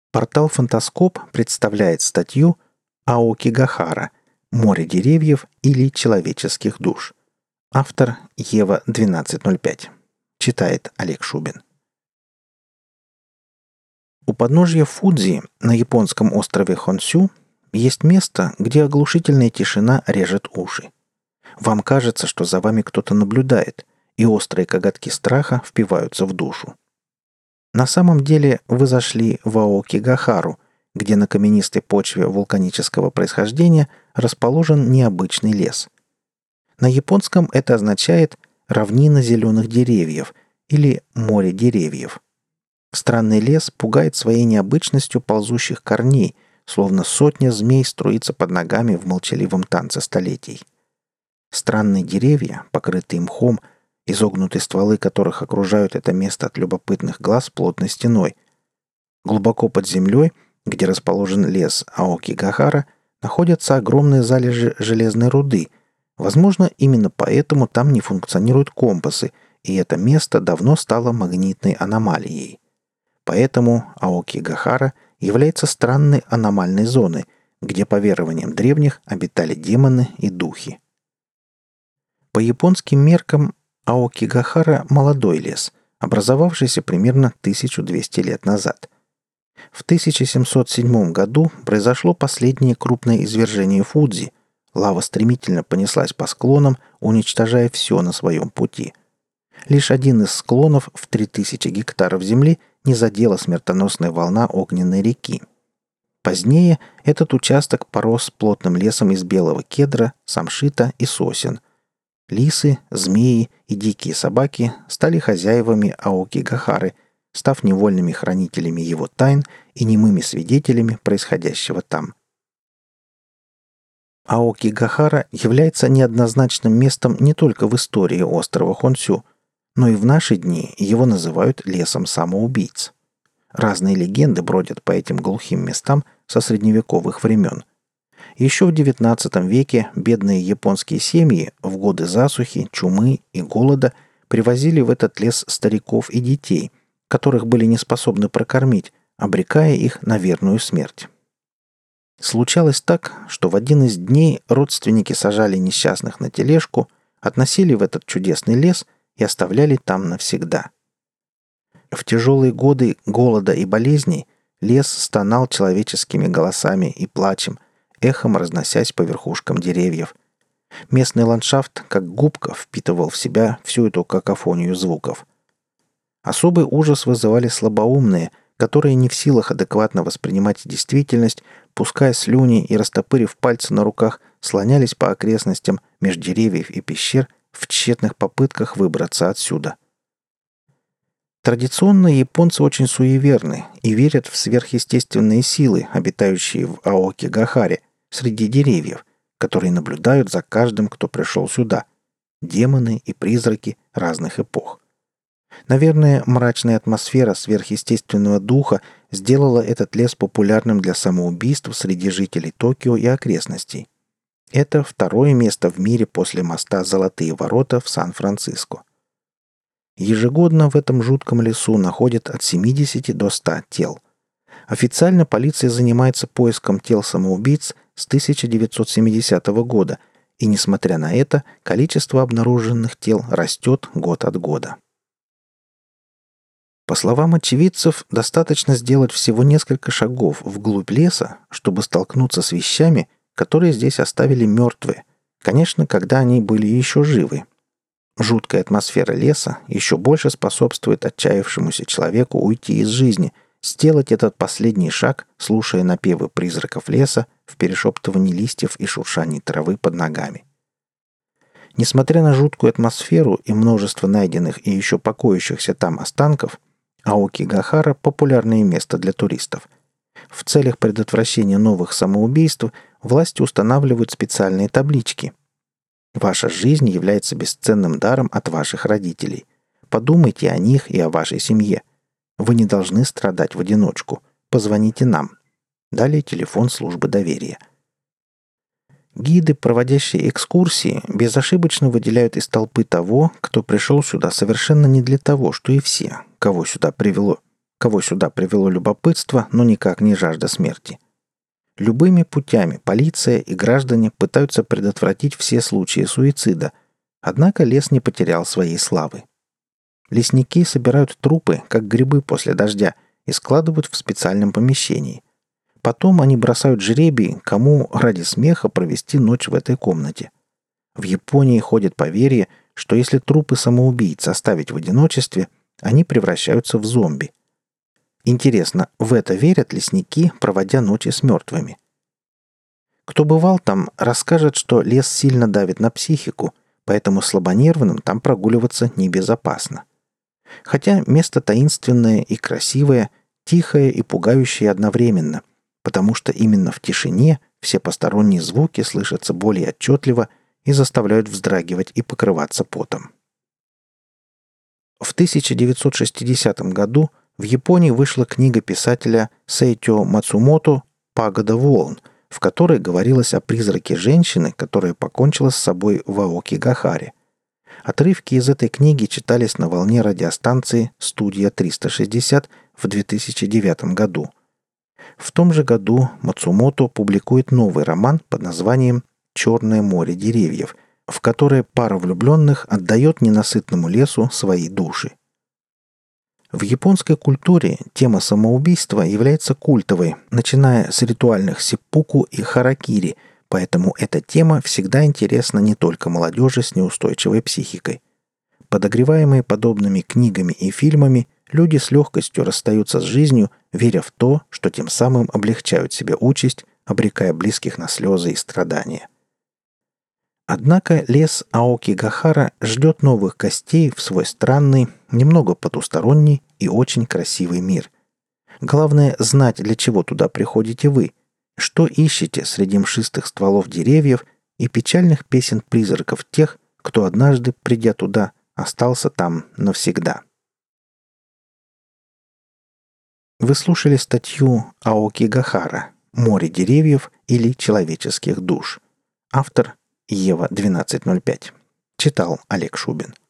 Портал «Фантаскоп» представляет статью «Аокигахара. Море деревьев или человеческих душ». Автор Ева 1205. Читает Олег Шубин. У подножья Фудзи на японском острове Хонсю есть место, где оглушительная тишина режет уши. Вам кажется, что за вами кто-то наблюдает, и острые коготки страха впиваются в душу. На самом деле вы зашли в Аокигахару, где на каменистой почве вулканического происхождения расположен необычный лес. На японском это означает «равнина зеленых деревьев» или «море деревьев». Странный лес пугает своей необычностью ползущих корней, словно сотня змей струится под ногами в молчаливом танце столетий. Странные деревья, покрытые мхом, изогнутые стволы которых окружают это место от любопытных глаз плотной стеной. Глубоко под землей, где расположен лес Аокигахара, находятся огромные залежи железной руды. Возможно, именно поэтому там не функционируют компасы, и это место давно стало магнитной аномалией. Поэтому Аокигахара является странной аномальной зоной, где, по верованиям древних, обитали демоны и духи. По японским меркам Аокигахара – молодой лес, образовавшийся примерно 1200 лет назад. В 1707 году произошло последнее крупное извержение Фудзи. Лава стремительно понеслась по склонам, уничтожая все на своем пути. Лишь один из склонов в 3000 гектаров земли не задела смертоносная волна огненной реки. Позднее этот участок порос плотным лесом из белого кедра, самшита и сосен. Лисы, змеи и дикие собаки стали хозяевами Аокигахары, став невольными хранителями его тайн и немыми свидетелями происходящего там. Аокигахара является неоднозначным местом не только в истории острова Хонсю, но и в наши дни его называют лесом самоубийц. Разные легенды бродят по этим глухим местам со средневековых времен. Еще в XIX веке бедные японские семьи в годы засухи, чумы и голода привозили в этот лес стариков и детей, которых были не способны прокормить, обрекая их на верную смерть. Случалось так, что в один из дней родственники сажали несчастных на тележку, относили в этот чудесный лес и оставляли там навсегда. В тяжелые годы голода и болезней лес стонал человеческими голосами и плачем, эхом разносясь по верхушкам деревьев. Местный ландшафт, как губка, впитывал в себя всю эту какофонию звуков. Особый ужас вызывали слабоумные, которые не в силах адекватно воспринимать действительность, пуская слюни и растопырив пальцы на руках, слонялись по окрестностям меж деревьев и пещер в тщетных попытках выбраться отсюда. Традиционно японцы очень суеверны и верят в сверхъестественные силы, обитающие в Аокигахаре, среди деревьев, которые наблюдают за каждым, кто пришел сюда. Демоны и призраки разных эпох. Наверное, мрачная атмосфера сверхъестественного духа сделала этот лес популярным для самоубийств среди жителей Токио и окрестностей. Это второе место в мире после моста «Золотые ворота» в Сан-Франциско. Ежегодно в этом жутком лесу находят от 70 до 100 тел. Официально полиция занимается поиском тел самоубийц с 1970 года, и, несмотря на это, количество обнаруженных тел растет год от года. По словам очевидцев, достаточно сделать всего несколько шагов вглубь леса, чтобы столкнуться с вещами, которые здесь оставили мертвые, конечно, когда они были еще живы. Жуткая атмосфера леса еще больше способствует отчаявшемуся человеку уйти из жизни, сделать этот последний шаг, слушая напевы призраков леса в перешептывании листьев и шуршании травы под ногами. Несмотря на жуткую атмосферу и множество найденных и еще покоящихся там останков, Аокигахара – популярное место для туристов. В целях предотвращения новых самоубийств власти устанавливают специальные таблички. Ваша жизнь является бесценным даром от ваших родителей. Подумайте о них и о вашей семье. Вы не должны страдать в одиночку. Позвоните нам. Далее телефон службы доверия. Гиды, проводящие экскурсии, безошибочно выделяют из толпы того, кто пришел сюда совершенно не для того, что и все, кого сюда привело. кого сюда привело любопытство, но никак не жажда смерти. Любыми путями полиция и граждане пытаются предотвратить все случаи суицида, однако лес не потерял своей славы. Лесники собирают трупы, как грибы после дождя, и складывают в специальном помещении. Потом они бросают жребий, кому ради смеха провести ночь в этой комнате. В Японии ходит поверье, что если трупы самоубийц оставить в одиночестве, они превращаются в зомби. Интересно, в это верят лесники, проводя ночи с мертвыми? Кто бывал там, расскажет, что лес сильно давит на психику, поэтому слабонервным там прогуливаться небезопасно. Хотя место таинственное и красивое, тихое и пугающее одновременно, потому что именно в тишине все посторонние звуки слышатся более отчетливо и заставляют вздрагивать и покрываться потом. В 1960 году в Японии вышла книга писателя Сэйтё Мацумото «Пагода волн», в которой говорилось о призраке женщины, которая покончила с собой в Аокигахаре. Отрывки из этой книги читались на волне радиостанции «Студия 360» в 2009 году. В том же году Мацумото публикует новый роман под названием «Черное море деревьев», в которое пара влюбленных отдает ненасытному лесу свои души. В японской культуре тема самоубийства является культовой, начиная с ритуальных сиппуку и харакири, поэтому эта тема всегда интересна не только молодежи с неустойчивой психикой. Подогреваемые подобными книгами и фильмами, люди с легкостью расстаются с жизнью, веря в то, что тем самым облегчают себе участь, обрекая близких на слезы и страдания. Однако лес Аокигахара ждет новых гостей в свой странный, немного потусторонний и очень красивый мир. Главное знать, для чего туда приходите вы, что ищете среди мшистых стволов деревьев и печальных песен призраков тех, кто однажды, придя туда, остался там навсегда. Вы слушали статью Аокигахара «Море деревьев или человеческих душ». Автор Ева 1205. Читал Олег Шубин.